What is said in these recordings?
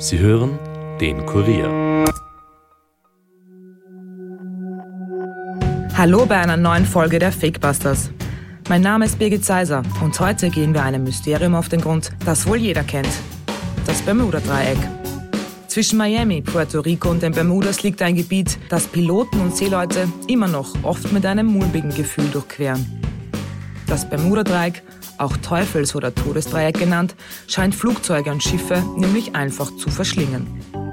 Sie hören den Kurier. Hallo bei einer neuen Folge der Fakebusters. Mein Name ist Birgit Seiser und heute gehen wir einem Mysterium auf den Grund, das wohl jeder kennt. Das Bermuda-Dreieck. Zwischen Miami, Puerto Rico und den Bermudas liegt ein Gebiet, das Piloten und Seeleute immer noch oft mit einem mulmigen Gefühl durchqueren. Das Bermuda-Dreieck, auch Teufels- oder Todesdreieck genannt, scheint Flugzeuge und Schiffe nämlich einfach zu verschlingen.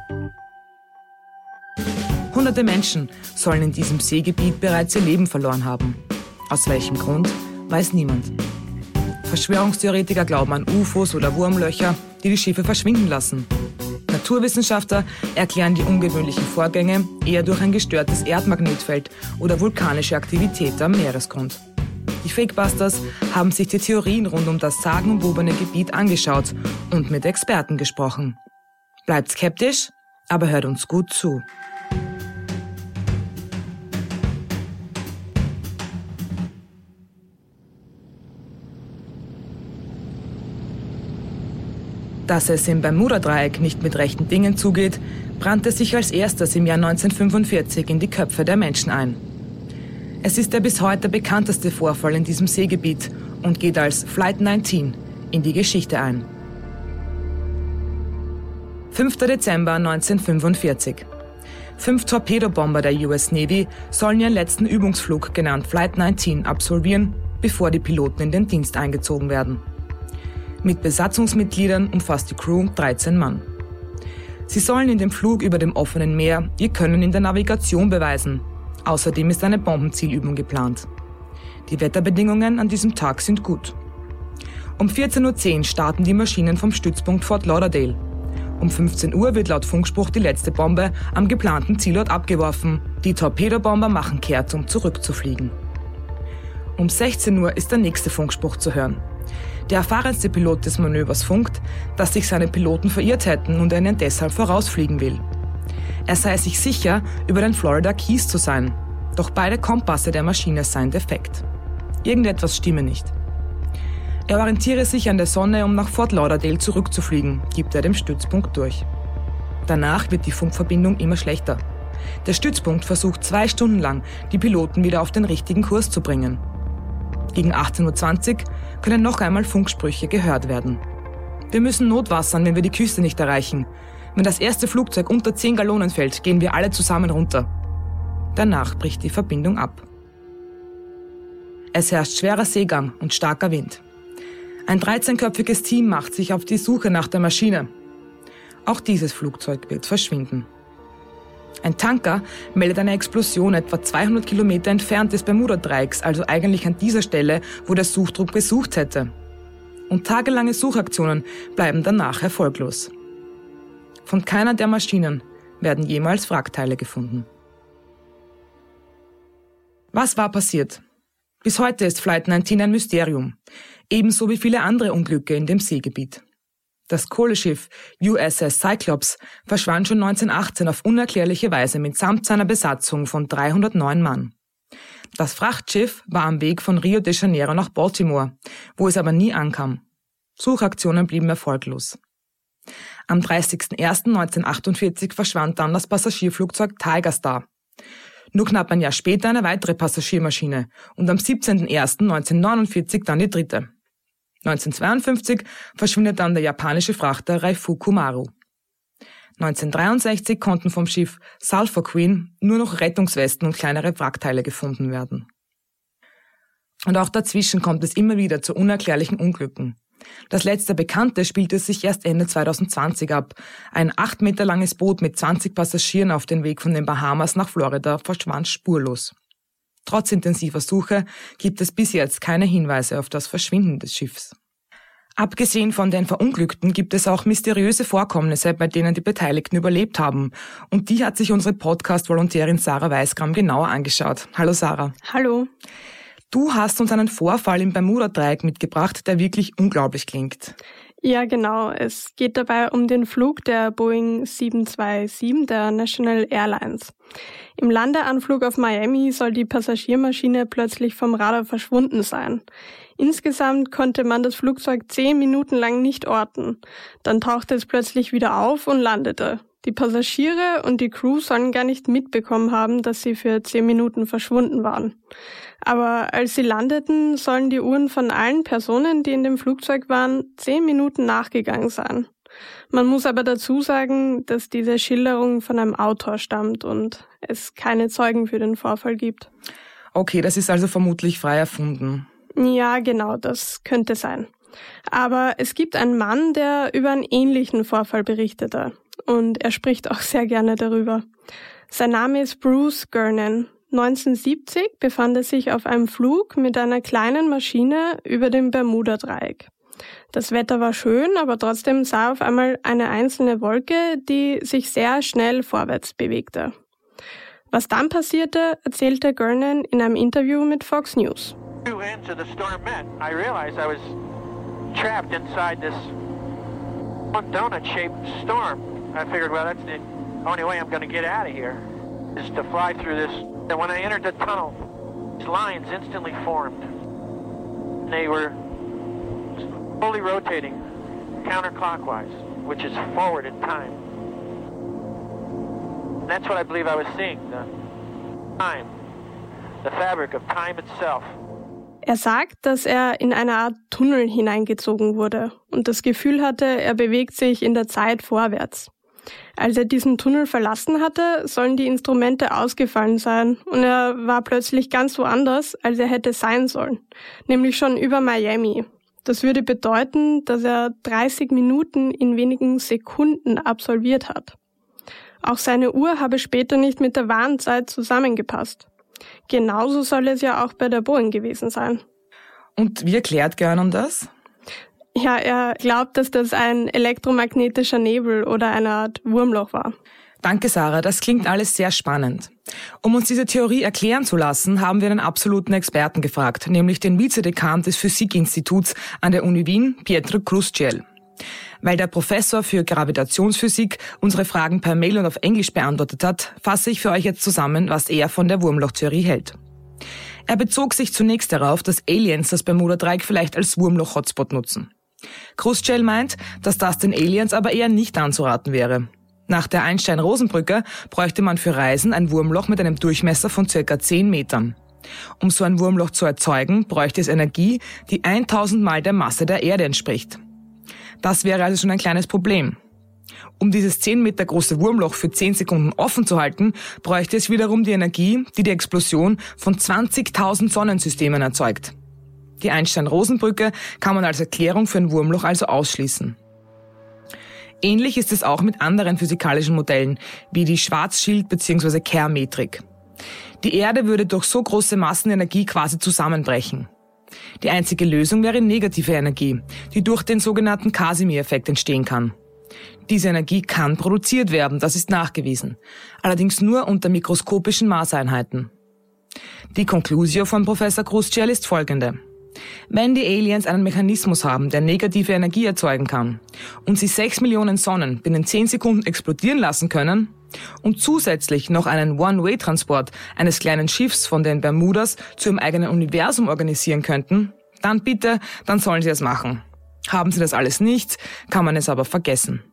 Hunderte Menschen sollen in diesem Seegebiet bereits ihr Leben verloren haben. Aus welchem Grund, weiß niemand. Verschwörungstheoretiker glauben an UFOs oder Wurmlöcher, die die Schiffe verschwinden lassen. Naturwissenschaftler erklären die ungewöhnlichen Vorgänge eher durch ein gestörtes Erdmagnetfeld oder vulkanische Aktivität am Meeresgrund. Die Fakebusters haben sich die Theorien rund um das sagenumwobene Gebiet angeschaut und mit Experten gesprochen. Bleibt skeptisch, aber hört uns gut zu. Dass es im Bermuda-Dreieck nicht mit rechten Dingen zugeht, brannte sich als erstes im Jahr 1945 in die Köpfe der Menschen ein. Es ist der bis heute bekannteste Vorfall in diesem Seegebiet und geht als Flight 19 in die Geschichte ein. 5. Dezember 1945. 5 Torpedobomber der US Navy sollen ihren letzten Übungsflug, genannt Flight 19, absolvieren, bevor die Piloten in den Dienst eingezogen werden. Mit Besatzungsmitgliedern umfasst die Crew 13 Mann. Sie sollen in dem Flug über dem offenen Meer ihr Können in der Navigation beweisen. Außerdem ist eine Bombenzielübung geplant. Die Wetterbedingungen an diesem Tag sind gut. Um 14:10 Uhr starten die Maschinen vom Stützpunkt Fort Lauderdale. Um 15 Uhr wird laut Funkspruch die letzte Bombe am geplanten Zielort abgeworfen. Die Torpedobomber machen kehrt, um zurückzufliegen. Um 16 Uhr ist der nächste Funkspruch zu hören. Der erfahrenste Pilot des Manövers funkt, dass sich seine Piloten verirrt hätten und er ihnen deshalb vorausfliegen will. Er sei sich sicher, über den Florida Keys zu sein. Doch beide Kompasse der Maschine seien defekt. Irgendetwas stimme nicht. Er orientiere sich an der Sonne, um nach Fort Lauderdale zurückzufliegen, gibt er dem Stützpunkt durch. Danach wird die Funkverbindung immer schlechter. Der Stützpunkt versucht 2 Stunden lang, die Piloten wieder auf den richtigen Kurs zu bringen. Gegen 18:20 Uhr können noch einmal Funksprüche gehört werden. Wir müssen notwassern, wenn wir die Küste nicht erreichen. Wenn das erste Flugzeug unter 10 Gallonen fällt, gehen wir alle zusammen runter. Danach bricht die Verbindung ab. Es herrscht schwerer Seegang und starker Wind. Ein 13-köpfiges Team macht sich auf die Suche nach der Maschine. Auch dieses Flugzeug wird verschwinden. Ein Tanker meldet eine Explosion etwa 200 Kilometer entfernt des Bermuda-Dreiecks, also eigentlich an dieser Stelle, wo der Suchtrupp gesucht hätte. Und tagelange Suchaktionen bleiben danach erfolglos. Von keiner der Maschinen werden jemals Wrackteile gefunden. Was war passiert? Bis heute ist Flight 19 ein Mysterium, ebenso wie viele andere Unglücke in dem Seegebiet. Das Kohleschiff USS Cyclops verschwand schon 1918 auf unerklärliche Weise mitsamt seiner Besatzung von 309 Mann. Das Frachtschiff war am Weg von Rio de Janeiro nach Baltimore, wo es aber nie ankam. Suchaktionen blieben erfolglos. Am 30.01.1948 verschwand dann das Passagierflugzeug Tiger Star. Nur knapp ein Jahr später eine weitere Passagiermaschine und am 17.01.1949 dann die dritte. 1952 verschwindet dann der japanische Frachter Raifuku Maru. 1963 konnten vom Schiff Sulphur Queen nur noch Rettungswesten und kleinere Wrackteile gefunden werden. Und auch dazwischen kommt es immer wieder zu unerklärlichen Unglücken. Das letzte bekannte spielte sich erst Ende 2020 ab. Ein 8 Meter langes Boot mit 20 Passagieren auf dem Weg von den Bahamas nach Florida verschwand spurlos. Trotz intensiver Suche gibt es bis jetzt keine Hinweise auf das Verschwinden des Schiffs. Abgesehen von den Verunglückten gibt es auch mysteriöse Vorkommnisse, bei denen die Beteiligten überlebt haben. Und die hat sich unsere Podcast-Volontärin Sarah Weißgram genauer angeschaut. Hallo Sarah. Hallo. Du hast uns einen Vorfall im Bermuda-Dreieck mitgebracht, der wirklich unglaublich klingt. Ja, genau. Es geht dabei um den Flug der Boeing 727 der National Airlines. Im Landeanflug auf Miami soll die Passagiermaschine plötzlich vom Radar verschwunden sein. Insgesamt konnte man das Flugzeug 10 Minuten lang nicht orten. Dann tauchte es plötzlich wieder auf und landete. Die Passagiere und die Crew sollen gar nicht mitbekommen haben, dass sie für 10 Minuten verschwunden waren. Aber als sie landeten, sollen die Uhren von allen Personen, die in dem Flugzeug waren, 10 Minuten nachgegangen sein. Man muss aber dazu sagen, dass diese Schilderung von einem Autor stammt und es keine Zeugen für den Vorfall gibt. Okay, das ist also vermutlich frei erfunden. Ja, genau, das könnte sein. Aber es gibt einen Mann, der über einen ähnlichen Vorfall berichtete. Und er spricht auch sehr gerne darüber. Sein Name ist Bruce Gernon. 1970 befand er sich auf einem Flug mit einer kleinen Maschine über dem Bermuda-Dreieck. Das Wetter war schön, aber trotzdem sah er auf einmal eine einzelne Wolke, die sich sehr schnell vorwärts bewegte. Was dann passierte, erzählte Gernon in einem Interview mit Fox News. Two ends of the storm met. I realized I was trapped inside this donut-shaped storm. I figured, well, that's the only way I'm going to get out of here, is to fly through this. And when I entered the tunnel, these lines instantly formed. They were fully rotating counterclockwise, which is forward in time. And that's what I believe I was seeing, the time, the fabric of time itself. Er sagt, dass er in eine Art Tunnel hineingezogen wurde und das Gefühl hatte, er bewegt sich in der Zeit vorwärts. Als er diesen Tunnel verlassen hatte, sollen die Instrumente ausgefallen sein und er war plötzlich ganz woanders, als er hätte sein sollen, nämlich schon über Miami. Das würde bedeuten, dass er 30 Minuten in wenigen Sekunden absolviert hat. Auch seine Uhr habe später nicht mit der wahren Zeit zusammengepasst. Genauso soll es ja auch bei der Boeing gewesen sein. Und wie erklärt Gernon das? Ja, er glaubt, dass das ein elektromagnetischer Nebel oder eine Art Wurmloch war. Danke, Sarah. Das klingt alles sehr spannend. Um uns diese Theorie erklären zu lassen, haben wir einen absoluten Experten gefragt, nämlich den Vizedekan des Physikinstituts an der Uni Wien, Pietro Kruscel. Weil der Professor für Gravitationsphysik unsere Fragen per Mail und auf Englisch beantwortet hat, fasse ich für euch jetzt zusammen, was er von der Wurmlochtheorie hält. Er bezog sich zunächst darauf, dass Aliens das Bermuda-Dreieck vielleicht als Wurmloch-Hotspot nutzen. Kruscel meint, dass das den Aliens aber eher nicht anzuraten wäre. Nach der Einstein-Rosen-Brücke bräuchte man für Reisen ein Wurmloch mit einem Durchmesser von ca. 10 Metern. Um so ein Wurmloch zu erzeugen, bräuchte es Energie, die 1000 Mal der Masse der Erde entspricht. Das wäre also schon ein kleines Problem. Um dieses 10 Meter große Wurmloch für 10 Sekunden offen zu halten, bräuchte es wiederum die Energie, die die Explosion von 20.000 Sonnensystemen erzeugt. Die Einstein-Rosen-Brücke kann man als Erklärung für ein Wurmloch also ausschließen. Ähnlich ist es auch mit anderen physikalischen Modellen, wie die Schwarzschild- bzw. Kerr-Metrik. Die Erde würde durch so große Massenenergie quasi zusammenbrechen. Die einzige Lösung wäre negative Energie, die durch den sogenannten Casimir-Effekt entstehen kann. Diese Energie kann produziert werden, das ist nachgewiesen, allerdings nur unter mikroskopischen Maßeinheiten. Die Conclusio von Professor Kruscel ist folgende. Wenn die Aliens einen Mechanismus haben, der negative Energie erzeugen kann und sie 6 Millionen Sonnen binnen 10 Sekunden explodieren lassen können und zusätzlich noch einen One-Way-Transport eines kleinen Schiffs von den Bermudas zu ihrem eigenen Universum organisieren könnten, dann bitte, dann sollen sie es machen. Haben sie das alles nicht, kann man es aber vergessen.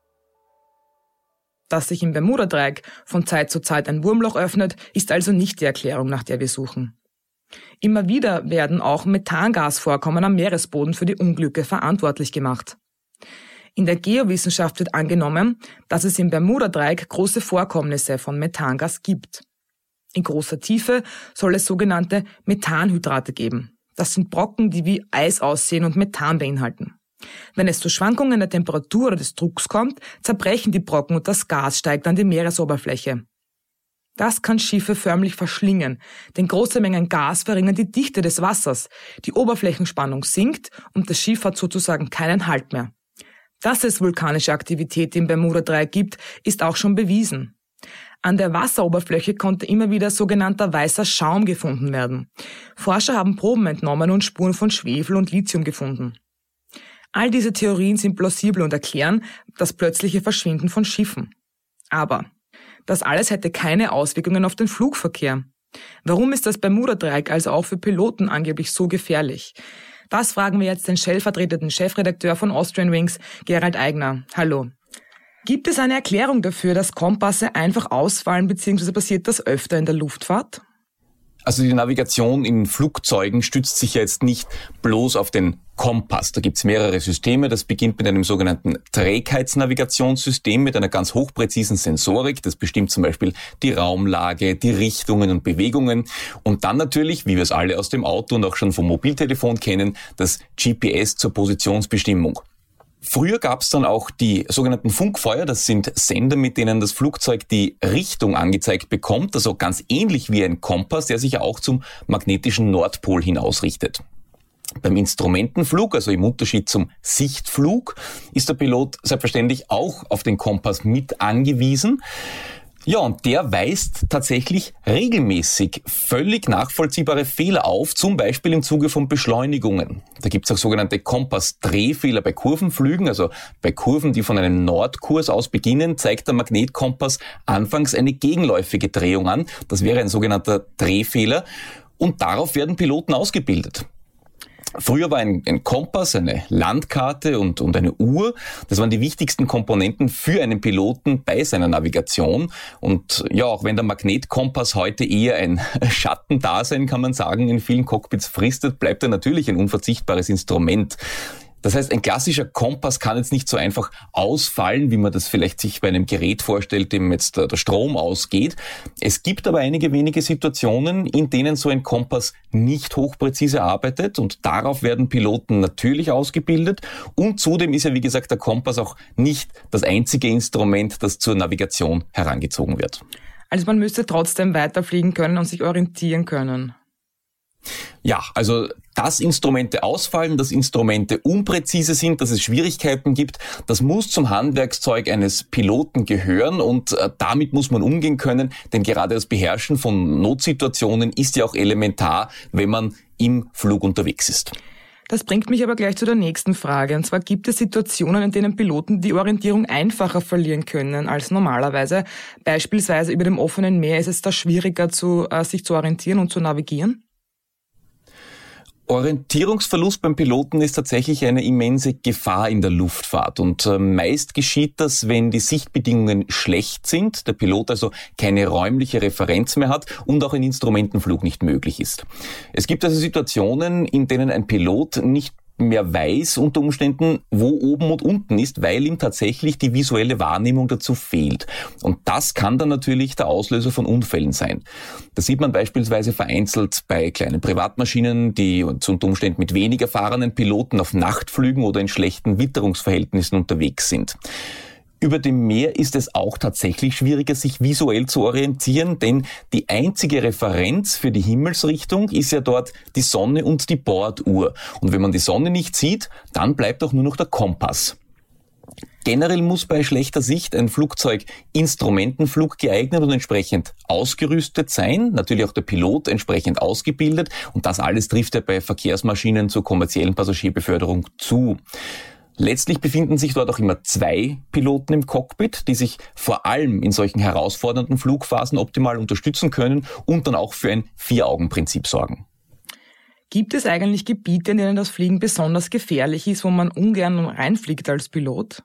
Dass sich im Bermuda-Dreieck von Zeit zu Zeit ein Wurmloch öffnet, ist also nicht die Erklärung, nach der wir suchen. Immer wieder werden auch Methangasvorkommen am Meeresboden für die Unglücke verantwortlich gemacht. In der Geowissenschaft wird angenommen, dass es im Bermuda-Dreieck große Vorkommnisse von Methangas gibt. In großer Tiefe soll es sogenannte Methanhydrate geben. Das sind Brocken, die wie Eis aussehen und Methan beinhalten. Wenn es zu Schwankungen der Temperatur oder des Drucks kommt, zerbrechen die Brocken und das Gas steigt an die Meeresoberfläche. Das kann Schiffe förmlich verschlingen, denn große Mengen Gas verringern die Dichte des Wassers, die Oberflächenspannung sinkt und das Schiff hat sozusagen keinen Halt mehr. Dass es vulkanische Aktivität im Bermuda-Dreieck gibt, ist auch schon bewiesen. An der Wasseroberfläche konnte immer wieder sogenannter weißer Schaum gefunden werden. Forscher haben Proben entnommen und Spuren von Schwefel und Lithium gefunden. All diese Theorien sind plausibel und erklären das plötzliche Verschwinden von Schiffen. Aber das alles hätte keine Auswirkungen auf den Flugverkehr. Warum ist das Bermuda-Dreieck also auch für Piloten angeblich so gefährlich? Das fragen wir jetzt den stellvertretenden Chefredakteur von Austrian Wings, Gerald Eigner. Hallo. Gibt es eine Erklärung dafür, dass Kompasse einfach ausfallen, beziehungsweise passiert das öfter in der Luftfahrt? Also die Navigation in Flugzeugen stützt sich ja jetzt nicht bloß auf den Kompass. Da gibt's mehrere Systeme. Das beginnt mit einem sogenannten Trägheitsnavigationssystem mit einer ganz hochpräzisen Sensorik. Das bestimmt zum Beispiel die Raumlage, die Richtungen und Bewegungen. Und dann natürlich, wie wir es alle aus dem Auto und auch schon vom Mobiltelefon kennen, das GPS zur Positionsbestimmung. Früher gab es dann auch die sogenannten Funkfeuer, das sind Sender, mit denen das Flugzeug die Richtung angezeigt bekommt, also ganz ähnlich wie ein Kompass, der sich ja auch zum magnetischen Nordpol hin ausrichtet. Beim Instrumentenflug, also im Unterschied zum Sichtflug, ist der Pilot selbstverständlich auch auf den Kompass mit angewiesen. Ja, und der weist tatsächlich regelmäßig völlig nachvollziehbare Fehler auf, zum Beispiel im Zuge von Beschleunigungen. Da gibt es auch sogenannte Kompassdrehfehler bei Kurvenflügen, also bei Kurven, die von einem Nordkurs aus beginnen, zeigt der Magnetkompass anfangs eine gegenläufige Drehung an. Das wäre ein sogenannter Drehfehler und darauf werden Piloten ausgebildet. Früher war ein Kompass, eine Landkarte und eine Uhr. Das waren die wichtigsten Komponenten für einen Piloten bei seiner Navigation. Und ja, auch wenn der Magnetkompass heute eher ein Schattendasein, kann man sagen, in vielen Cockpits fristet, bleibt er natürlich ein unverzichtbares Instrument. Das heißt, ein klassischer Kompass kann jetzt nicht so einfach ausfallen, wie man das vielleicht sich bei einem Gerät vorstellt, dem jetzt der Strom ausgeht. Es gibt aber einige wenige Situationen, in denen so ein Kompass nicht hochpräzise arbeitet und darauf werden Piloten natürlich ausgebildet. Und zudem ist ja, wie gesagt, der Kompass auch nicht das einzige Instrument, das zur Navigation herangezogen wird. Also man müsste trotzdem weiterfliegen können und sich orientieren können. Ja, also dass Instrumente ausfallen, dass Instrumente unpräzise sind, dass es Schwierigkeiten gibt, das muss zum Handwerkszeug eines Piloten gehören und damit muss man umgehen können, denn gerade das Beherrschen von Notsituationen ist ja auch elementar, wenn man im Flug unterwegs ist. Das bringt mich aber gleich zu der nächsten Frage. Und zwar gibt es Situationen, in denen Piloten die Orientierung einfacher verlieren können als normalerweise. Beispielsweise über dem offenen Meer ist es da schwieriger, sich zu orientieren und zu navigieren? Orientierungsverlust beim Piloten ist tatsächlich eine immense Gefahr in der Luftfahrt und meist geschieht das, wenn die Sichtbedingungen schlecht sind, der Pilot also keine räumliche Referenz mehr hat und auch ein Instrumentenflug nicht möglich ist. Es gibt also Situationen, in denen ein Pilot nicht mehr weiß unter Umständen, wo oben und unten ist, weil ihm tatsächlich die visuelle Wahrnehmung dazu fehlt. Und das kann dann natürlich der Auslöser von Unfällen sein. Das sieht man beispielsweise vereinzelt bei kleinen Privatmaschinen, die unter Umständen mit wenig erfahrenen Piloten auf Nachtflügen oder in schlechten Witterungsverhältnissen unterwegs sind. Über dem Meer ist es auch tatsächlich schwieriger, sich visuell zu orientieren, denn die einzige Referenz für die Himmelsrichtung ist ja dort die Sonne und die Borduhr. Und wenn man die Sonne nicht sieht, dann bleibt auch nur noch der Kompass. Generell muss bei schlechter Sicht ein Flugzeug Instrumentenflug geeignet und entsprechend ausgerüstet sein, natürlich auch der Pilot entsprechend ausgebildet und das alles trifft ja bei Verkehrsmaschinen zur kommerziellen Passagierbeförderung zu. Letztlich befinden sich dort auch immer 2 Piloten im Cockpit, die sich vor allem in solchen herausfordernden Flugphasen optimal unterstützen können und dann auch für ein 4-Augen-Prinzip sorgen. Gibt es eigentlich Gebiete, in denen das Fliegen besonders gefährlich ist, wo man ungern reinfliegt als Pilot?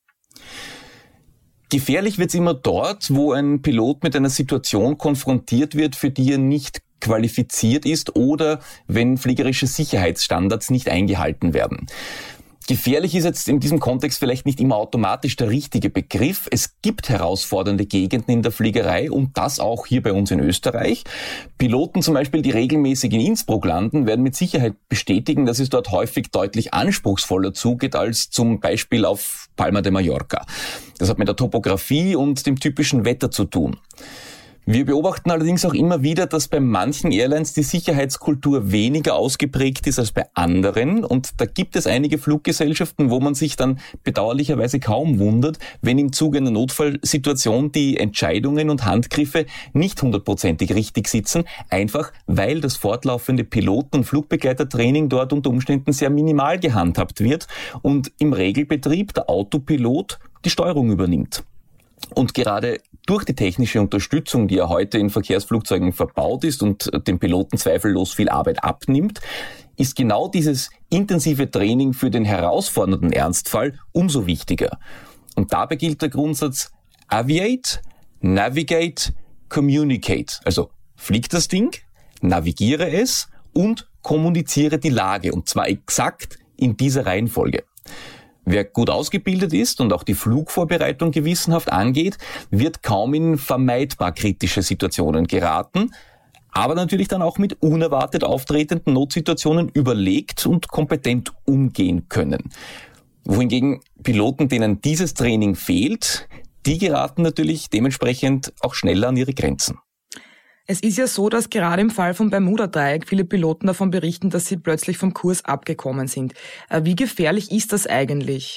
Gefährlich wird es immer dort, wo ein Pilot mit einer Situation konfrontiert wird, für die er nicht qualifiziert ist oder wenn fliegerische Sicherheitsstandards nicht eingehalten werden. Gefährlich ist jetzt in diesem Kontext vielleicht nicht immer automatisch der richtige Begriff. Es gibt herausfordernde Gegenden in der Fliegerei und das auch hier bei uns in Österreich. Piloten zum Beispiel, die regelmäßig in Innsbruck landen, werden mit Sicherheit bestätigen, dass es dort häufig deutlich anspruchsvoller zugeht als zum Beispiel auf Palma de Mallorca. Das hat mit der Topografie und dem typischen Wetter zu tun. Wir beobachten allerdings auch immer wieder, dass bei manchen Airlines die Sicherheitskultur weniger ausgeprägt ist als bei anderen. Und da gibt es einige Fluggesellschaften, wo man sich dann bedauerlicherweise kaum wundert, wenn im Zuge einer Notfallsituation die Entscheidungen und Handgriffe nicht 100%ig richtig sitzen, einfach weil das fortlaufende Piloten- und Flugbegleitertraining dort unter Umständen sehr minimal gehandhabt wird und im Regelbetrieb der Autopilot die Steuerung übernimmt. Und gerade durch die technische Unterstützung, die ja heute in Verkehrsflugzeugen verbaut ist und dem Piloten zweifellos viel Arbeit abnimmt, ist genau dieses intensive Training für den herausfordernden Ernstfall umso wichtiger. Und dabei gilt der Grundsatz Aviate, Navigate, Communicate. Also flieg das Ding, navigiere es und kommuniziere die Lage. Und zwar exakt in dieser Reihenfolge. Wer gut ausgebildet ist und auch die Flugvorbereitung gewissenhaft angeht, wird kaum in vermeidbar kritische Situationen geraten, aber natürlich dann auch mit unerwartet auftretenden Notsituationen überlegt und kompetent umgehen können. Wohingegen Piloten, denen dieses Training fehlt, die geraten natürlich dementsprechend auch schneller an ihre Grenzen. Es ist ja so, dass gerade im Fall vom Bermuda-Dreieck viele Piloten davon berichten, dass sie plötzlich vom Kurs abgekommen sind. Wie gefährlich ist das eigentlich?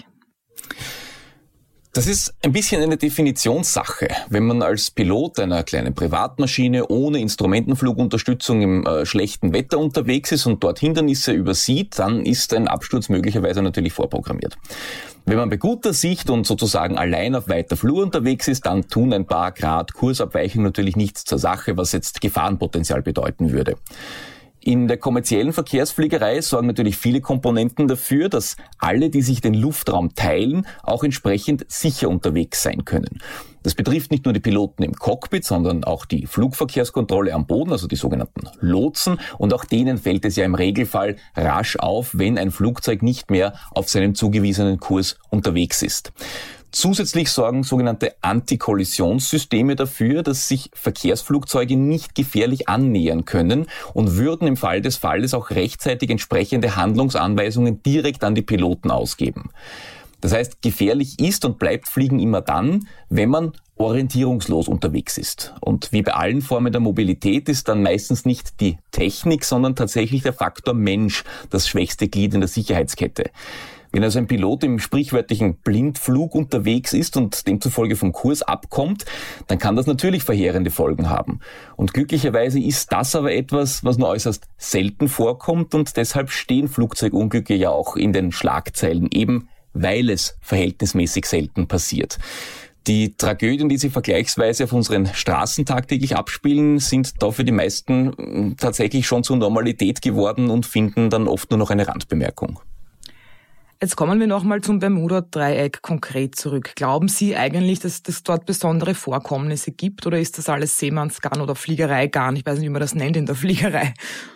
Das ist ein bisschen eine Definitionssache. Wenn man als Pilot einer kleinen Privatmaschine ohne Instrumentenflugunterstützung im schlechten Wetter unterwegs ist und dort Hindernisse übersieht, dann ist ein Absturz möglicherweise natürlich vorprogrammiert. Wenn man bei guter Sicht und sozusagen allein auf weiter Flur unterwegs ist, dann tun ein paar Grad Kursabweichung natürlich nichts zur Sache, was jetzt Gefahrenpotenzial bedeuten würde. In der kommerziellen Verkehrsfliegerei sorgen natürlich viele Komponenten dafür, dass alle, die sich den Luftraum teilen, auch entsprechend sicher unterwegs sein können. Das betrifft nicht nur die Piloten im Cockpit, sondern auch die Flugverkehrskontrolle am Boden, also die sogenannten Lotsen. Und auch denen fällt es ja im Regelfall rasch auf, wenn ein Flugzeug nicht mehr auf seinem zugewiesenen Kurs unterwegs ist. Zusätzlich sorgen sogenannte Antikollisionssysteme dafür, dass sich Verkehrsflugzeuge nicht gefährlich annähern können und würden im Fall des Falles auch rechtzeitig entsprechende Handlungsanweisungen direkt an die Piloten ausgeben. Das heißt, gefährlich ist und bleibt Fliegen immer dann, wenn man orientierungslos unterwegs ist. Und wie bei allen Formen der Mobilität ist dann meistens nicht die Technik, sondern tatsächlich der Faktor Mensch das schwächste Glied in der Sicherheitskette. Wenn also ein Pilot im sprichwörtlichen Blindflug unterwegs ist und demzufolge vom Kurs abkommt, dann kann das natürlich verheerende Folgen haben. Und glücklicherweise ist das aber etwas, was nur äußerst selten vorkommt und deshalb stehen Flugzeugunglücke ja auch in den Schlagzeilen, eben weil es verhältnismäßig selten passiert. Die Tragödien, die sich vergleichsweise auf unseren Straßen tagtäglich abspielen, sind da für die meisten tatsächlich schon zur Normalität geworden und finden dann oft nur noch eine Randbemerkung. Jetzt kommen wir nochmal zum Bermuda-Dreieck konkret zurück. Glauben Sie eigentlich, dass es dort besondere Vorkommnisse gibt oder ist das alles Seemannsgarn oder Fliegerei gar nicht? Ich weiß nicht, wie man das nennt in der Fliegerei.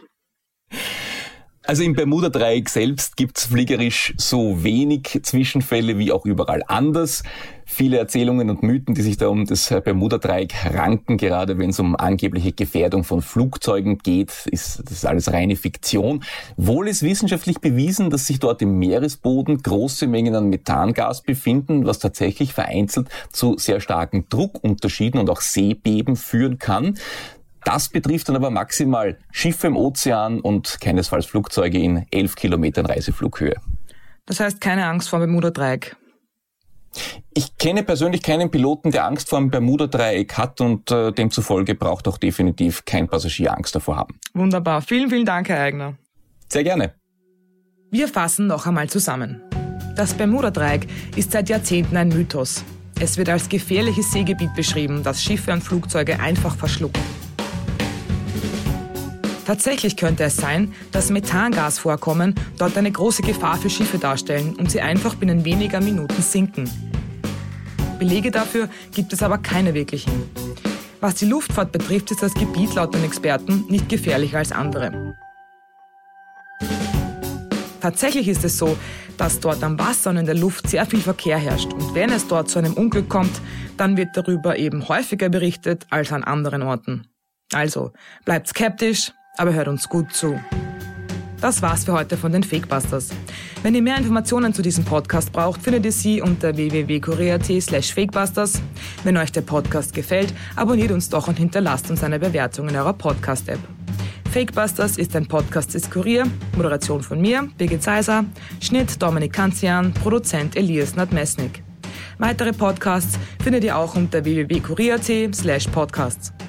Also im Bermuda-Dreieck selbst gibt's fliegerisch so wenig Zwischenfälle wie auch überall anders. Viele Erzählungen und Mythen, die sich da um das Bermuda-Dreieck ranken, gerade wenn es um angebliche Gefährdung von Flugzeugen geht, ist das alles reine Fiktion. Wohl ist wissenschaftlich bewiesen, dass sich dort im Meeresboden große Mengen an Methangas befinden, was tatsächlich vereinzelt zu sehr starken Druckunterschieden und auch Seebeben führen kann. Das betrifft dann aber maximal Schiffe im Ozean und keinesfalls Flugzeuge in 11 Kilometern Reiseflughöhe. Das heißt, keine Angst vor dem Bermuda-Dreieck? Ich kenne persönlich keinen Piloten, der Angst vor dem Bermuda-Dreieck hat und demzufolge braucht auch definitiv kein Passagier Angst davor haben. Wunderbar. Vielen, vielen Dank, Herr Eigner. Sehr gerne. Wir fassen noch einmal zusammen. Das Bermuda-Dreieck ist seit Jahrzehnten ein Mythos. Es wird als gefährliches Seegebiet beschrieben, das Schiffe und Flugzeuge einfach verschluckt. Tatsächlich könnte es sein, dass Methangasvorkommen dort eine große Gefahr für Schiffe darstellen und sie einfach binnen weniger Minuten sinken. Belege dafür gibt es aber keine wirklichen. Was die Luftfahrt betrifft, ist das Gebiet laut den Experten nicht gefährlicher als andere. Tatsächlich ist es so, dass dort am Wasser und in der Luft sehr viel Verkehr herrscht. Und wenn es dort zu einem Unglück kommt, dann wird darüber eben häufiger berichtet als an anderen Orten. Also, bleibt skeptisch, aber hört uns gut zu. Das war's für heute von den Fakebusters. Wenn ihr mehr Informationen zu diesem Podcast braucht, findet ihr sie unter www.kurier.at/fakebusters. Wenn euch der Podcast gefällt, abonniert uns doch und hinterlasst uns eine Bewertung in eurer Podcast-App. Fakebusters ist ein Podcast des Kurier, Moderation von mir, Birgit Seiser, Schnitt Dominik Kanzian, Produzent Elias Nadmesnik. Weitere Podcasts findet ihr auch unter www.kurier.at/podcasts.